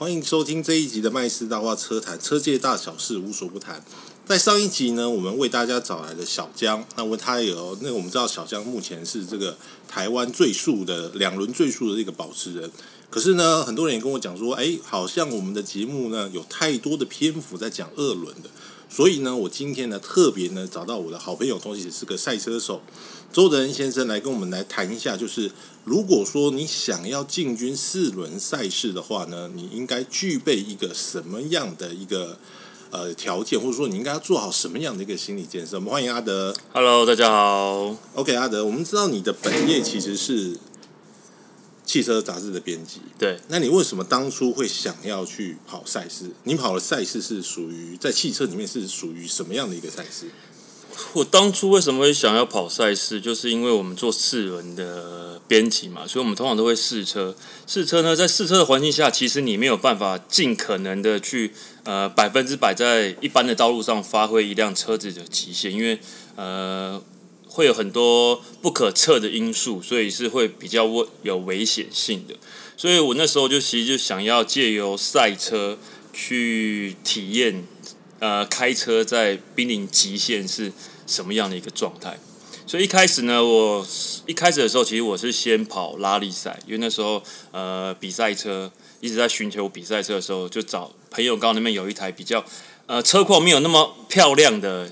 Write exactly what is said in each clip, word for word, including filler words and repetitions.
欢迎收听这一集的麦斯大话车谈，车界大小事无所不谈。在上一集呢，我们为大家找来了小江，那问他有那个我们知道小江目前是这个台湾最速的两轮最速的这个保持人。可是呢，很多人也跟我讲说，哎，好像我们的节目呢有太多的篇幅在讲二轮的，所以呢，我今天呢特别呢找到我的好朋友，同时也是个赛车手周德恩先生来跟我们来谈一下，就是如果说你想要进军四轮赛事的话呢，你应该具备一个什么样的一个呃条件，或者说你应该要做好什么样的一个心理建设？我们欢迎阿德。 Hello， 大家好。 OK， 阿德，我们知道你的本业其实是汽车杂志的编辑， 对。 那你为什么当初会想要去跑赛事？你跑的赛事是属于在汽车里面是属于什么样的一个赛事？ 我当初为什么会想要跑赛事，就是因为我们做四轮的编辑嘛，所以我们通常都会试车。试车呢，在试车的环境下，其实你没有办法尽可能的去呃百分之百在一般的道路上发挥一辆车子的极限，因为呃会有很多不可测的因素，所以是会比较有危险性的。所以我那时候就其实就想要借由赛车去体验。呃，开车在濒临极限是什么样的一个状态？所以一开始呢，我一开始的时候，其实我是先跑拉力赛，因为那时候呃比赛车一直在寻求比赛车的时候，就找朋友刚好那边有一台比较呃车况没有那么漂亮的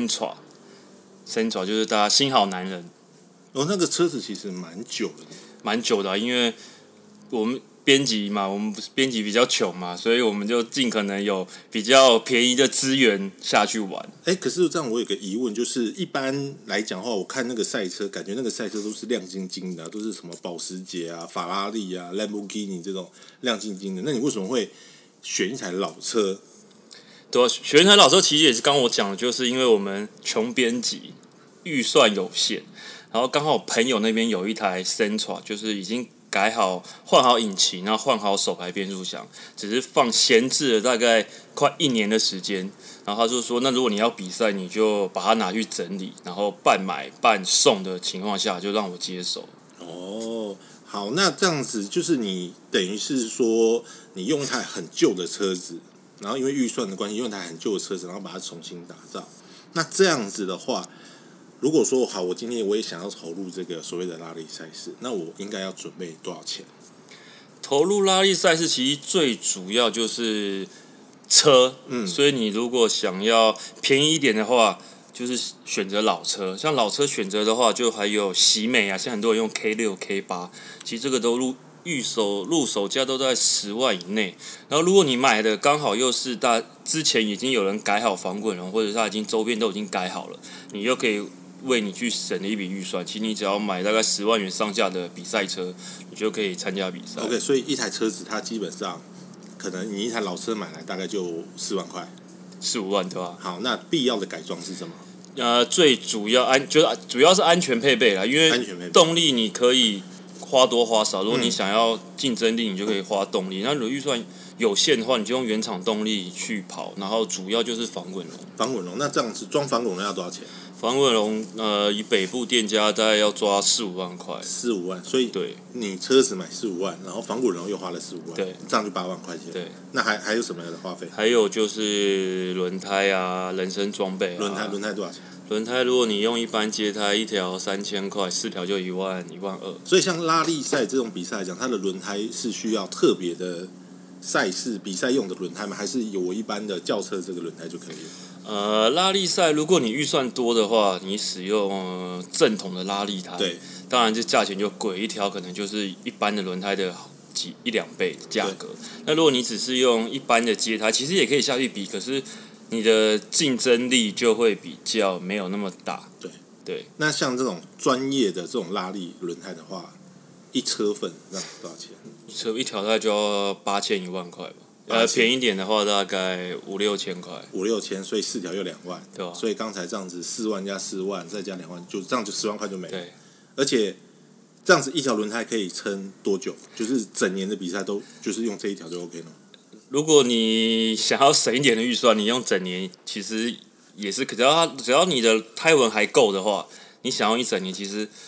Sentra，Sentra 就是大家新好男人。 哦，那个车子其实蛮久的， 蛮久的、啊，因为我们。编辑嘛，我们编辑比较穷嘛，所以我们就尽可能有比较便宜的资源下去玩。 哎，可是这样我有个疑问，就是一般来讲的话，我看那个赛车，感觉那个赛车都是亮晶晶的、啊，都是什么保时捷啊、法拉利啊、兰博基尼这种亮晶晶的。那你为什么会选一台老车？ 对、啊，选一台老车其实也是刚刚我讲的，就是因为我们穷编辑，预算有限，然后刚好朋友那边有一台 Sentra， 就是已经。改好换好引擎，然后换好手排变速箱，只是放闲置了大概快一年的时间。然后他就说，那如果你要比赛，你就把它拿去整理，然后半买半送的情况下，就让我接手。 哦，好，那这样子就是你等于是说，你用一台很旧的车子，然后因为预算的关系，用一台很旧的车子，然后把它重新打造。那这样子的话。如果说好，我今天我也想要投入这个所谓的拉力赛事，那我应该要准备多少钱？ 投入拉力赛事其实最主要就是车，嗯，所以你如果想要便宜一点的话，就是选择老车。像老车选择的话，就还有喜美啊，像很多人用 K 六、K 八，其实这个都入预手入手价都在十万以内。然后如果你买的刚好又是大之前已经有人改好防滚笼，或者是它已经周边都已经改好了，你又可以。为你去省了一笔预算，其实你只要买大概十万元上下的比赛车，你就可以参加比赛。 OK， 所以一台车子它基本上可能你一台老车买来大概就四万块， 四五万对吧？ 好，那必要的改装是什么？ 呃，最主要安就是主要是安全配备啦，因为动力你可以花多花少，如果你想要竞争力，你就可以花动力。那如果预算有限的话，你就用原厂动力去跑，然后主要就是防滚笼。 防滚笼，那这样子装防滚笼要多少钱？ 防滚笼，呃，以北部店家大概要抓四五万块， 四五万，所以对， 你车子买四五万，然后防滚笼又花了四五万， 对， 这样就八万块钱。 对， 那还还有什么样的花费？ 还有就是轮胎啊，人身装备啊。 轮胎轮胎多少钱？ 轮胎如果你用一般街胎，一条三千块，四条就一万一万二。 所以像拉力赛这种比赛来讲，它的轮胎是需要特别的赛事比赛用的轮胎吗？还是有我一般的轿车这个轮胎就可以了？ 呃，拉力赛如果你预算多的话，你使用、呃、正统的拉力胎， 对， 当然这价钱就贵，一条可能就是一般的轮胎的几一两倍价格。那如果你只是用一般的街胎，其实也可以下去比，可是你的竞争力就会比较没有那么大。 对对。 那像这种专业的这种拉力轮胎的话，一车份那多少钱？ 一车一条大概就要八千一万块吧。呃，便宜一点的话，大概五六千块， 五六千，所以四条又两万， 对吧？ 所以刚才这样子四万加四万，再加两万，就这样就十万块就没了。 对， 而且这样子一条轮胎可以撑多久？就是整年的比赛都就是用这一条就 OK 了。 如果你想要省一点的预算，你用整年其实也是，只要它只要你的胎纹还够的话，你想要一整年，其实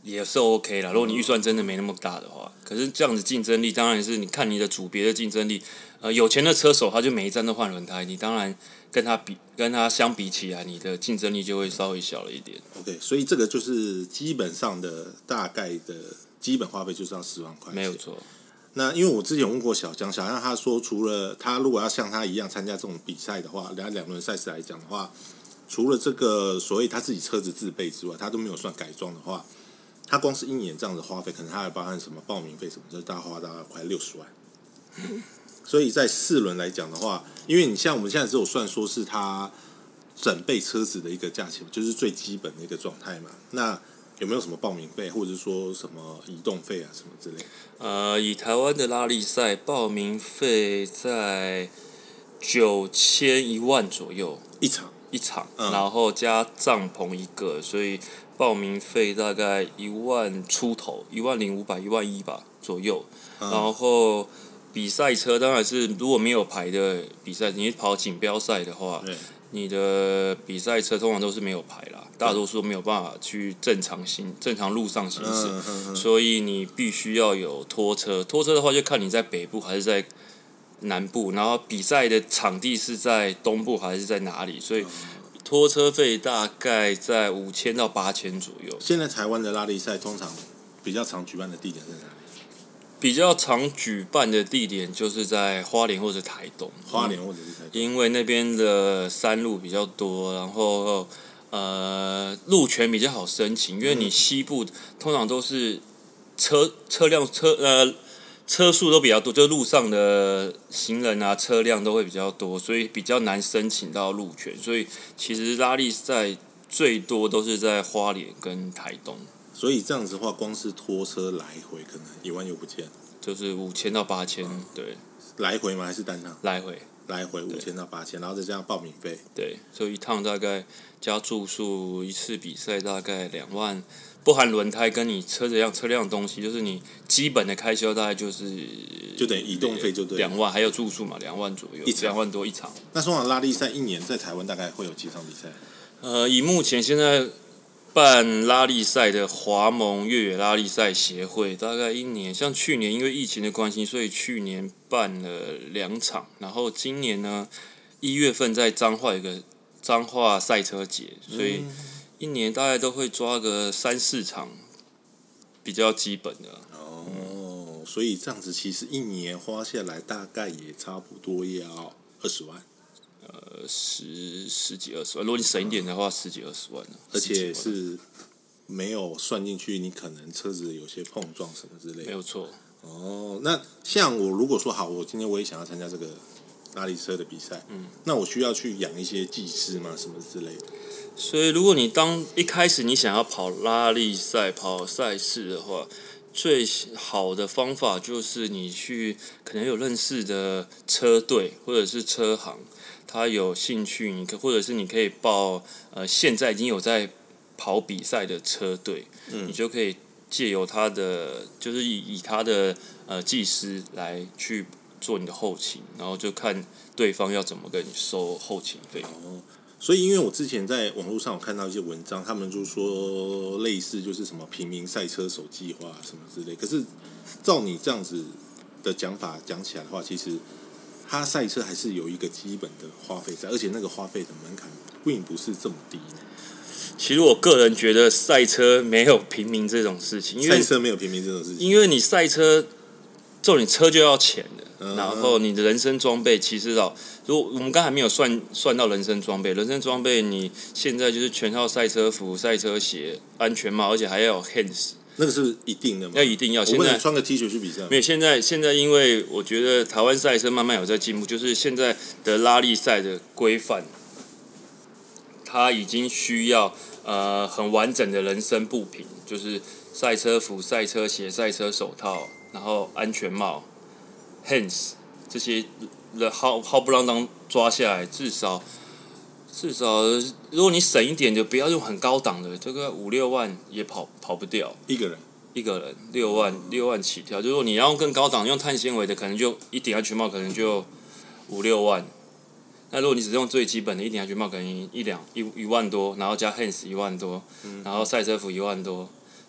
也是 OK 啦。如果你预算真的没那么大的话，可是这样子竞争力当然是你看你的组别的竞争力。呃，有钱的车手他就每一站都换轮胎，你当然跟他比跟他相比起来，你的竞争力就会稍微小了一点。 OK， 所以这个就是基本上的大概的基本花费就是要十万块钱， 没有错。 那因为我之前问过小江，小江他说，除了他如果要像他一样参加这种比赛的话，两两轮赛事来讲的话，除了这个所谓他自己车子自备之外，他都没有算改装的话，他光是一年这样的花费，可能他还包含什么报名费什么，就大概花大概快六十万。所以在四轮来讲的话，因为你像我们现在只有算说是他整备车子的一个价钱，就是最基本的一个状态嘛。那有没有什么报名费，或者说什么移动费啊，什么之类的？ 呃，以台湾的拉力赛报名费在九千一万左右一场一场， 嗯、 然后加帐篷一个，所以报名费大概一万出头，一万零五百、一万一吧左右。嗯、然后比赛车当然是如果没有牌的比赛，你跑锦标赛的话，你的比赛车通常都是没有牌啦。大多数没有办法去正常行正常路上行驶，嗯嗯嗯、所以你必须要有拖车。拖车的话，就看你在北部还是在南部，然后比赛的场地是在东部还是在哪里，所以拖车费大概在五千到八千左右。 现在台湾的拉力赛通常比较常举办的地点在哪里？ 比较常举办的地点就是在花莲或者台东。 花莲或者是台东， 因为那边的山路比较多，然后。呃，路权比较好申请，因为你西部通常都是车车辆车呃车速都比较多，就路上的行人啊车辆都会比较多，所以比较难申请到路权。所以其实拉力赛最多都是在花莲跟台东。 所以这样子的话，光是拖车来回可能一万又不见， 就是五千到八千，对。 来回吗？还是单趟？ 来回。 来回五千到八千，然后再加上报名费。 对，所以一趟大概加住宿，一次比赛大概两万，不含轮胎跟你车子辆车辆的东西，就是你基本的开销大概就是就等于移动费就对两万，还有住宿嘛，两万左右，两万多一场。 那通常拉力赛一年在台湾大概会有几场比赛？ 呃，以目前现在办拉力赛的华盟越野拉力赛协会，大概一年，像去年因为疫情的关系，所以去年办了两场，然后今年呢一月份在彰化有个彰化赛车节，所以一年大概都会抓个三四场，比较基本的。 哦，嗯、所以这样子其实一年花下来大概也差不多要二十万。 呃，十十几二十万，如果你省一点的话，十几二十万呢， 而且是没有算进去，你可能车子有些碰撞什么之类的。 没有错。 哦，那像我如果说好，我今天我也想要参加这个拉力车的比赛，嗯，那我需要去养一些技师吗？什么之类的？ 所以，如果你当一开始你想要跑拉力赛、跑赛事的话，最好的方法就是你去可能有认识的车队或者是车行。他有兴趣，你可或者是你可以报呃，现在已经有在跑比赛的车队，嗯、你就可以借由他的，就是以以他的呃技师来去做你的后勤，然后就看对方要怎么跟你收后勤费。 哦，所以因为我之前在网络上有看到一些文章，他们就说类似就是什么平民赛车手计划什么之类，可是照你这样子的讲法讲起来的话，其实。他赛车还是有一个基本的花费在，而且那个花费的门槛并不是这么低。 其实我个人觉得赛车没有平民这种事情，因为赛车没有平民这种事情， 因为你赛车，做你车就要钱的，嗯、然后你的人身装备其实哦，如果我们刚才没有算算到人身装备，人身装备你现在就是全套赛车服、赛车鞋、安全帽，而且还要有 hands。 那个是一定的吗？ 要一定要。 我不能穿个 T 恤去比赛。 没有，现在现在因为我觉得台湾赛车慢慢有在进步，就是现在的拉力赛的规范，它已经需要呃很完整的人身部品，就是赛车服、赛车鞋、赛车手套，然后安全帽、hands 这些，好好不啷当抓下来，至少。至少，如果你省一点，就不要用很高档的，这个五六万也跑跑不掉。 一个人， 一个人六万，六万起跳。就如果你要用更高档，用碳纤维的，可能就一顶安全帽可能就五六万。那如果你只用最基本的一顶安全帽，可能一两一一万多，然后加 hands 一万多，嗯、然后赛车服一万多，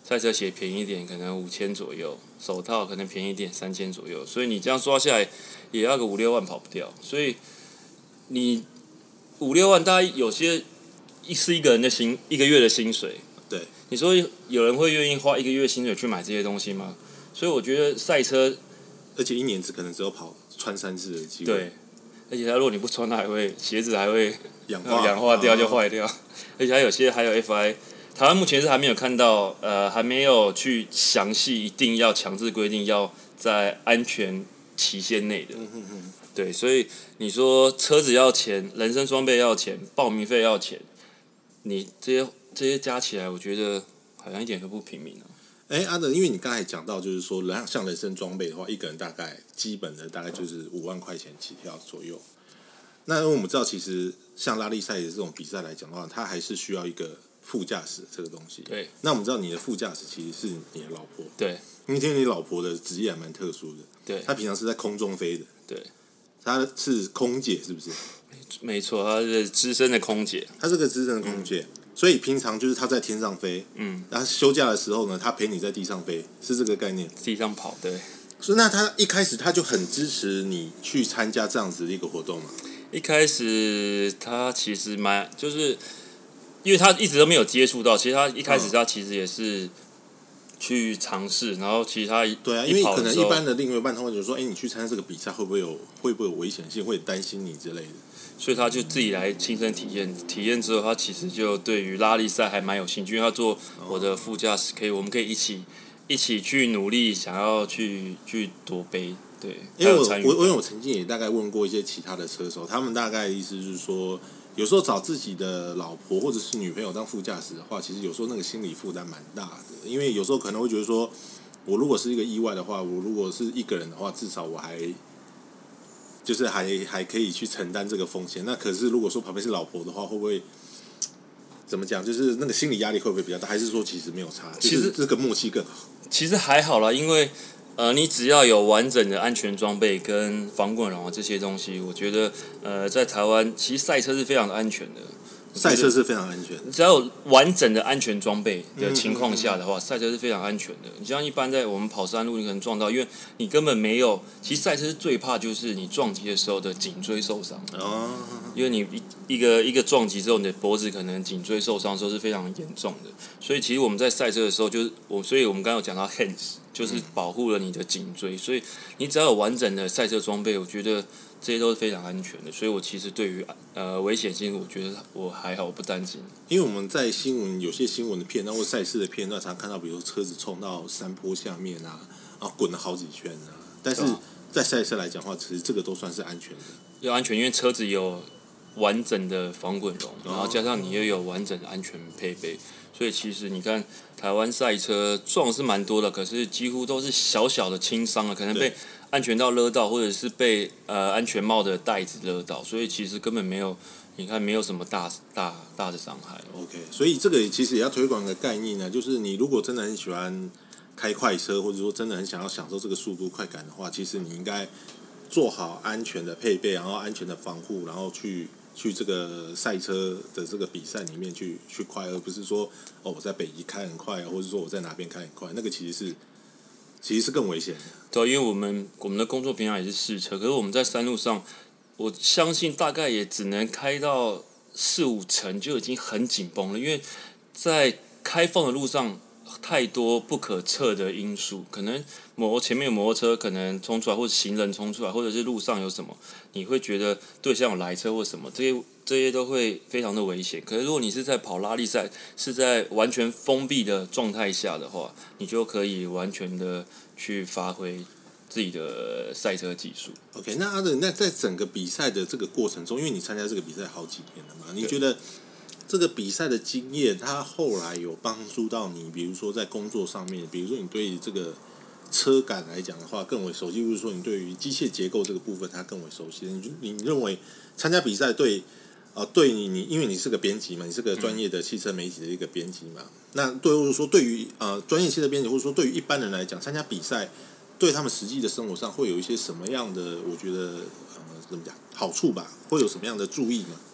赛车鞋便宜一点，可能五千左右，手套可能便宜一点，三千左右，所以你这样刷下来也要个五六万跑不掉。所以你五六万，大概有些一是一个人的薪一个月的薪水。 对， 你说有人会愿意花一个月薪水去买这些东西吗？所以我觉得赛车， 而且一年只可能只有跑穿三次的机会。 对，而且它如果你不穿，它还会鞋子还会氧化氧化掉就坏掉，而且还有些还有 F I。台湾目前是还没有看到，呃，还没有去详细一定要强制规定要在安全期限内的。 嗯哼哼对，所以你说车子要钱，人身装备要钱，报名费要钱，你这些这些加起来，我觉得好像一点都不平民啊。 哎，阿德，因为你刚才讲到，就是说，像人身装备的话，一个人大概基本的大概就是五万块钱起跳左右。那因为我们知道，其实像拉力赛的这种比赛来讲的话，它还是需要一个副驾驶这个东西。 对。 那我们知道你的副驾驶其实是你的老婆。 对。 因为听你老婆的职业还蛮特殊的。 对。 她平常是在空中飞的。 对。 她是空姐，是不是？ 没错，她是资深的空姐。 她是个资深的空姐。嗯，所以平常就是他在天上飞， 嗯， 然后休假的时候呢，他陪你在地上飞，是这个概念。 地上跑，对。 所以那他一开始他就很支持你去参加这样子的一个活动嘛。 一开始他其实蛮，就是因为他一直都没有接触到，其实他一开始他其实也是去尝试，然后其实他对啊，因为可能一般的另外一半他会觉得说，哎，你去参加这个比赛会不会有会不会有危险性，会担心你之类的。 所以他就自己来亲身体验，体验之后，他其实就对于拉力赛还蛮有兴趣，因为他做我的副驾驶，可以我们可以一起一起去努力，想要去去夺杯。对， 因为我我因为我曾经也大概问过一些其他的车手，他们大概意思就是说，有时候找自己的老婆或者是女朋友当副驾驶的话，其实有时候那个心理负担蛮大的，因为有时候可能会觉得说，我如果是一个意外的话，我如果是一个人的话，至少我还。就是还还可以去承担这个风险，那可是如果说旁边是老婆的话，会不会怎么讲？就是那个心理压力会不会比较大？还是说其实没有差？其实这个默契更好。 其实还好啦，因为呃，你只要有完整的安全装备跟防滚笼这些东西，我觉得呃，在台湾其实赛车是非常的安全的。 赛车是非常安全的， 只要有完整的安全装备的情况下的话，赛车是非常安全的。你像一般在我们跑山路，你可能撞到，因为你根本没有。其实赛车最怕就是你撞击的时候的颈椎受伤。 哦。 因为你一一个一个撞击之后，你的脖子可能颈椎受伤的时候是非常严重的。所以其实我们在赛车的时候，就是我，所以我们刚刚有讲到 hands， 就是保护了你的颈椎。所以你只要有完整的赛车装备，我觉得。这些都是非常安全的，所以我其实对于呃危险性，我觉得我还好，我不担心。 因为我们在新闻有些新闻的片段或赛事的片段，常看到，比如说车子冲到山坡下面啊，然后滚了好几圈啊。但是在赛车来讲的话，其实这个都算是安全的。 要安全，因为车子有完整的防滚笼，然后加上你又有完整的安全配备，所以其实你看台湾赛车撞是蛮多的，可是几乎都是小小的轻伤了，可能被。安全帽勒到，或者是被呃安全帽的带子勒到，所以其实根本没有，你看没有什么大大大的伤害。 OK， 所以这个其实也要推广的概念呢，就是你如果真的很喜欢开快车，或者说真的很想要享受这个速度快感的话，其实你应该做好安全的配备，然后安全的防护，然后去去这个赛车的这个比赛里面去去快，而不是说哦我在北极开很快啊，或者说我在哪边开很快，那个其实是。其实是更危险的。 对，因为我们我们的工作平常也是试车，可是我们在山路上，我相信大概也只能开到四五成就已经很紧绷了，因为在开放的路上太多不可测的因素，可能摩前面有摩托车可能冲出来，或者行人冲出来，或者是路上有什么，你会觉得对向有来车或什么，这些这些都会非常的危险。可是如果你是在跑拉力赛，是在完全封闭的状态下的话，你就可以完全的去发挥自己的赛车技术。 OK， 那阿德，那在整个比赛的这个过程中，因为你参加这个比赛好几年了嘛，你觉得这个比赛的经验，它后来有帮助到你？比如说在工作上面，比如说你对这个车感来讲的话更为熟悉，或者说你对于机械结构这个部分它更为熟悉。你你认为参加比赛对呃对你你因为你是个编辑嘛，你是个专业的汽车媒体的一个编辑嘛，嗯、那对或者说对于呃专业汽车编辑，或者说对于一般人来讲，参加比赛对他们实际的生活上会有一些什么样的？我觉得呃怎么讲好处吧？会有什么样的注意吗？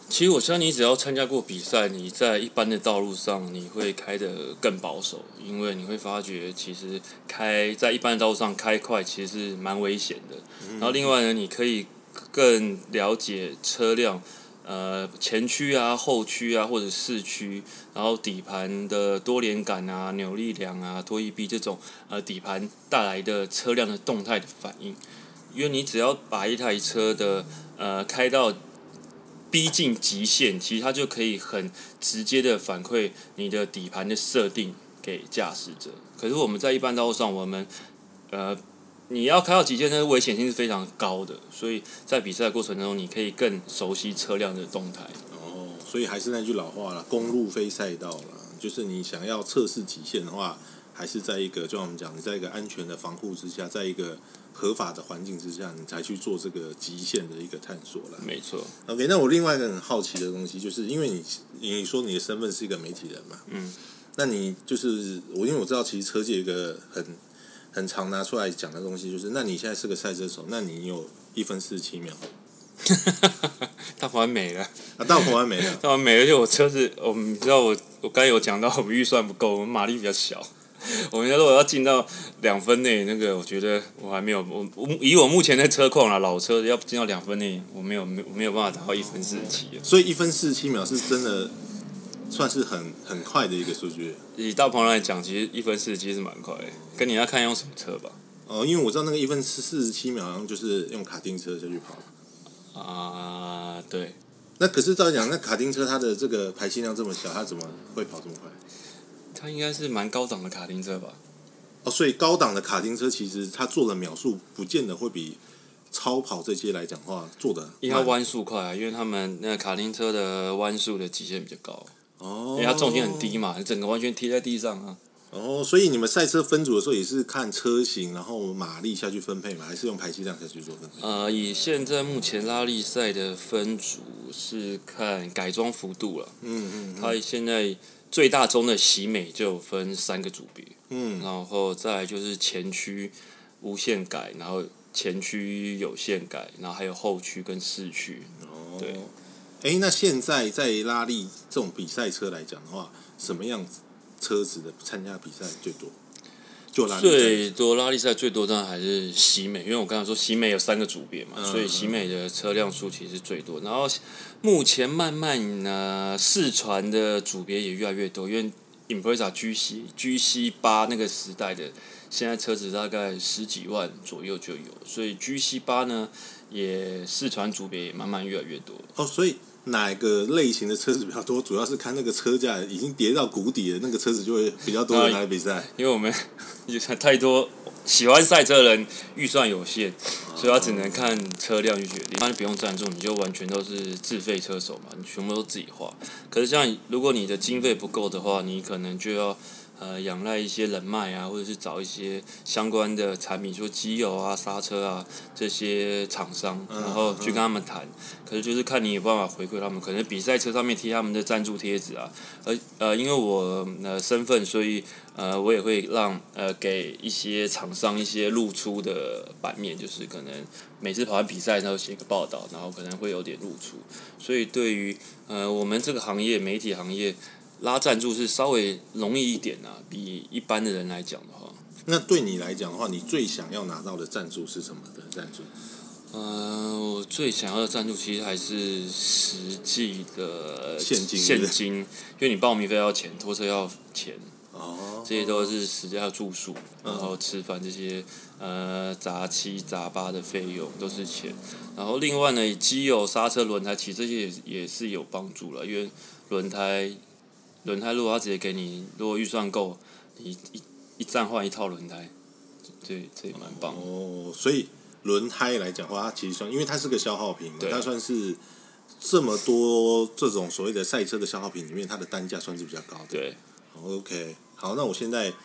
其实我相信，你只要参加过比赛，你在一般的道路上，你会开得更保守，因为你会发觉，其实开在一般的道路上开快，其实是蛮危险的。然后另外呢，你可以更了解车辆，呃，前驱啊、后驱啊，或者四驱，然后底盘的多连杆啊、扭力梁啊、拖曳臂这种呃底盘带来的车辆的动态的反应。因为你只要把一台车的呃开到逼近极限，其实它就可以很直接的反馈你的底盘的设定给驾驶者。可是我们在一般道路上，我们呃你要开到极限，但是危险性是非常高的，所以在比赛的过程中，你可以更熟悉车辆的动态。 哦，所以还是那句老话啦，公路非赛道啦，就是你想要测试极限的话，还是在一个就像我们讲，你在一个安全的防护之下，在一个合法的环境之下，你才去做这个极限的一个探索啦。 没错。 OK， 那我另外一个很好奇的东西，就是因为你你说你的身份是一个媒体人嘛， 嗯， 那你就是我，因为我知道其实车界有一个很很常拿出来讲的东西，就是那你现在是个赛车手，那你有一分四十七秒， 大盘没了， 啊，大盘没了， 大盘没了，而且我车子，我们知道我我刚才有讲到我们预算不够，我们马力比较小。我们如果要进到两分内，那个我觉得我还没有，我我以我目前的车况啦，老车要进到两分内，我没有没有没有办法达到一分四十七。 所以一分四十七秒是真的算是很很快的一个数据。 以大鹏来讲，其实一分四十七是蛮快的，跟你要看用什么车吧。 哦，因为我知道那个一分四十七秒好像就是用卡丁车下去跑。 啊、呃，对。 那可是照理讲，那卡丁车它的这个排气量这么小，它怎么会跑这么快？ 它应该是蛮高档的卡丁车吧？ 哦，所以高档的卡丁车其实它做的秒数不见得会比超跑这些来讲话做的， 因为它弯速快啊，因为他们那个卡丁车的弯速的极限比较高， 哦， 因为它重心很低嘛，整个完全贴在地上啊。 哦，所以你们赛车分组的时候也是看车型，然后马力下去分配嘛，还是用排气量下去做分配？ 呃，以现在目前拉力赛的分组是看改装幅度了。 嗯嗯， 它现在最大宗的喜美就有分三个组别， 嗯， 然后再来就是前驱无限改，然后前驱有限改，然后还有后驱跟四驱。 哦， 对。 哎，那现在在拉力这种比赛车来讲的话，什么样子车子的参加比赛最多？就拉力最多拉力赛最多当然还是喜美，因为我刚才说喜美有三个组别嘛， 嗯、 所以喜美的车辆数其实最多。然后目前慢慢呢，四传的组别也越来越多，因为 Impreza G C G C 八那个时代的，现在车子大概十几万左右就有，所以 G C 八呢也四传组别也慢慢越来越多。 哦，所以哪个类型的车子比较多？主要是看那个车价已经跌到谷底了，那个车子就会比较多人来比赛。 因为我们太多喜欢赛车的人，预算有限，所以他只能看车辆去决定。那就不用赞助，你就完全都是自费车手嘛，你全部都自己花。可是像如果你的经费不够的话，你可能就要呃仰赖一些人脉啊，或者是找一些相关的产品，说机油啊、刹车啊这些厂商，然后去跟他们谈。可是就是看你有办法回馈他们，可能比赛车上面贴他们的赞助贴纸啊，而呃因为我呃身份，所以呃我也会让呃给一些厂商一些露出的版面，就是可能每次跑完比赛然后写个报道，然后可能会有点露出。所以对于呃我们这个行业媒体行业拉赞助是稍微容易一点啊，比一般的人来讲的话。 那对你来讲的话，你最想要拿到的赞助是什么的赞助？ 呃，我最想要的赞助其实还是实际的现金， 现金，因为你报名费要钱，拖车要钱， 哦， 这些都是实际要住宿，然后吃饭这些呃杂七杂八的费用都是钱。然后另外呢，机油、刹车、轮胎，其实这些也也是有帮助了，因为轮胎轮胎如果他直接给你，如果预算够，你一一站换一套轮胎，这这也蛮棒的。 哦，所以轮胎来讲的话，它其实算，因为它是个消耗品，它算是这么多这种所谓的赛车的消耗品里面，它的单价算是比较高的。 对。 OK， 好，那我现在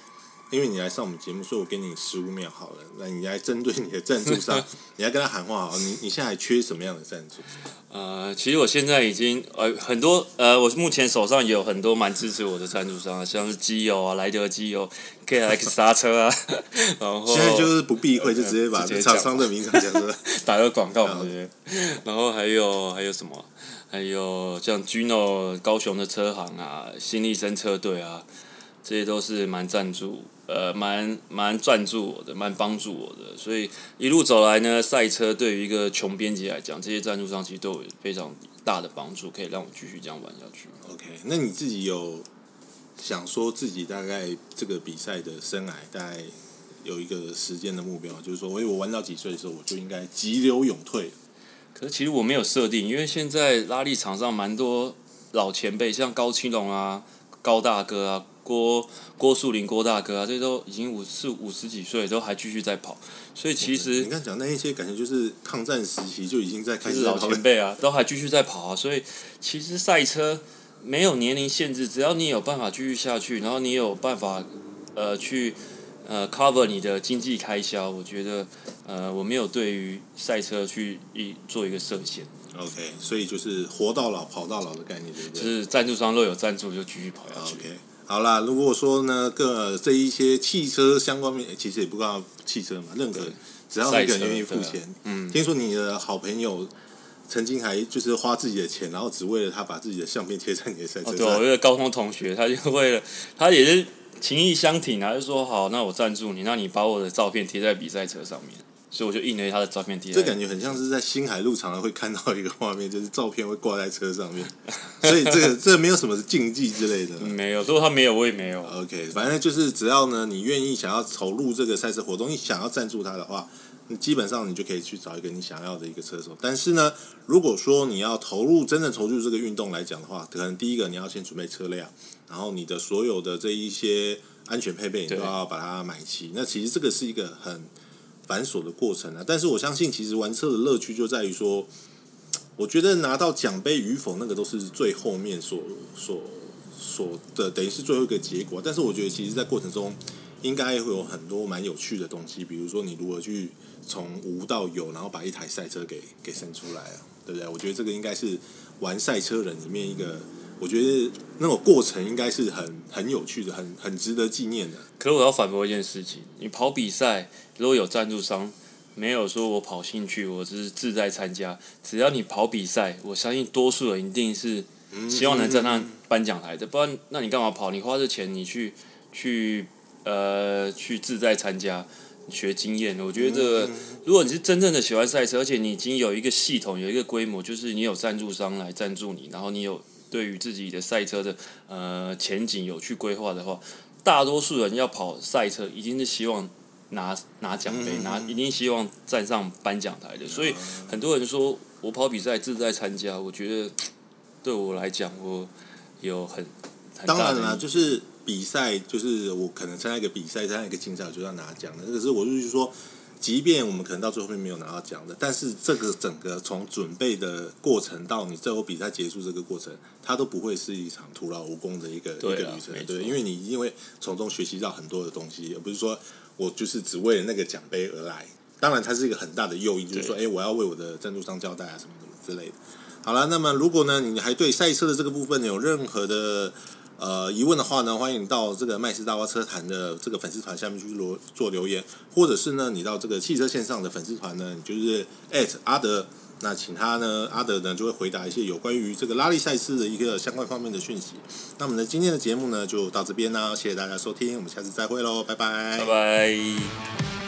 因为你来上我们节目，所以我给你十五秒好了，那你来针对你的赞助商，你来跟他喊话好，你你现在还缺什么样的赞助？ 呃，其实我现在已经呃很多呃，我目前手上也有很多蛮支持我的赞助商，像是机油啊、莱德机油、K X 刹车啊，然后现在就是不避讳，就直接把厂商的名字讲出来， 打个广告嘛，对不对？然后还有还有什么？还有像 Gino 高雄的车行啊，新力生车队啊，这些都是蛮赞助，呃，蛮蛮赞助我的，蛮帮助我的。所以一路走来呢，赛车对于一个穷编辑来讲，这些赞助商其实都有非常大的帮助，可以让我继续这样玩下去。 OK， 那你自己有想说自己大概这个比赛的生涯大概有一个时间的目标，就是说，哎，我玩到几岁的时候，我就应该急流勇退。 可是其实我没有设定，因为现在拉力场上蛮多老前辈，像高青龙啊、高大哥啊、郭郭树林、郭大哥啊，这些都已经五四五十几岁，都还继续在跑。所以其实你看讲那一些，感觉就是抗战时期就已经在开始老前辈啊，都还继续在跑啊。所以其实赛车没有年龄限制，只要你有办法继续下去，然后你有办法呃去呃 cover 你的经济开销，我觉得。呃，我没有对于赛车去一做一个设限。 OK， 所以就是活到老跑到老的概念，对不对？ 就是赞助商若有赞助就继续跑下去。 OK， 好啦，如果说呢，各这一些汽车相关面，其实也不光汽车嘛，任何只要你个人愿意付钱。嗯，听说你的好朋友曾经还就是花自己的钱，然后只为了他把自己的相片贴在你的赛车上。 哦，对，我一个高中同学，他就为了他也是情义相挺啊，就说好，那我赞助你，那你把我的照片贴在比赛车上面。所以我就印了他的照片贴。 这感觉很像是在新海路常常会看到一个画面，就是照片会挂在车上面。所以这个这个没有什么禁忌之类的。 没有，如果他没有，我也没有。 OK， 反正就是只要呢，你愿意想要投入这个赛事活动，你想要赞助他的话，基本上你就可以去找一个你想要的一个车手。但是呢，如果说你要投入真正投入这个运动来讲的话，可能第一个你要先准备车辆，然后你的所有的这一些安全配备你都要把它买齐。那其实这个是一个很繁琐的过程啊，但是我相信，其实玩车的乐趣就在于说，我觉得拿到奖杯与否，那个都是最后面所所所的，等于是最后一个结果。但是我觉得，其实，在过程中应该会有很多蛮有趣的东西，比如说你如何去从无到有，然后把一台赛车给给生出来啊，对不对？我觉得这个应该是玩赛车人里面一个。我觉得那种过程应该是很很有趣的，很很值得纪念的。 可是我要反驳一件事情：你跑比赛如果有赞助商，没有说我跑兴趣，我只是志在参加。只要你跑比赛，我相信多数人一定是希望能站上颁奖台的，不然那你干嘛跑？你花这钱，你去去呃去志在参加。学经验，我觉得这个，如果你是真正的喜欢赛车，而且你已经有一个系统，有一个规模，就是你有赞助商来赞助你，然后你有对于自己的赛车的呃前景有去规划的话，大多数人要跑赛车，一定是希望拿拿奖杯，拿一定希望站上颁奖台的。所以很多人说我跑比赛志在参加，我觉得对我来讲，我有很很大的当然啦，就是比赛，就是我可能参加一个比赛，参加一个竞赛，我就要拿奖的。可是我就是说，即便我们可能到最后面没有拿到奖的，但是这个整个从准备的过程到你最后比赛结束这个过程，它都不会是一场徒劳无功的一个、啊、一个旅程，对，因为你因为从中学习到很多的东西，而不是说我就是只为了那个奖杯而来。当然，它是一个很大的诱因，就是说，哎，我要为我的赞助商交代啊，什么什么之类的。好了，那么如果呢，你还对赛车的这个部分有任何的呃疑问的话呢，欢迎到这个麦斯大挖车坛的这个粉丝团下面去做留言，或者是呢，你到这个汽车线上的粉丝团呢，你就是 at 阿德，那请他呢，阿德呢就会回答一些有关于这个拉力赛事的一个相关方面的讯息。那么呢，今天的节目呢就到这边啦，谢谢大家收听，我们下次再会喽，拜拜， 拜拜。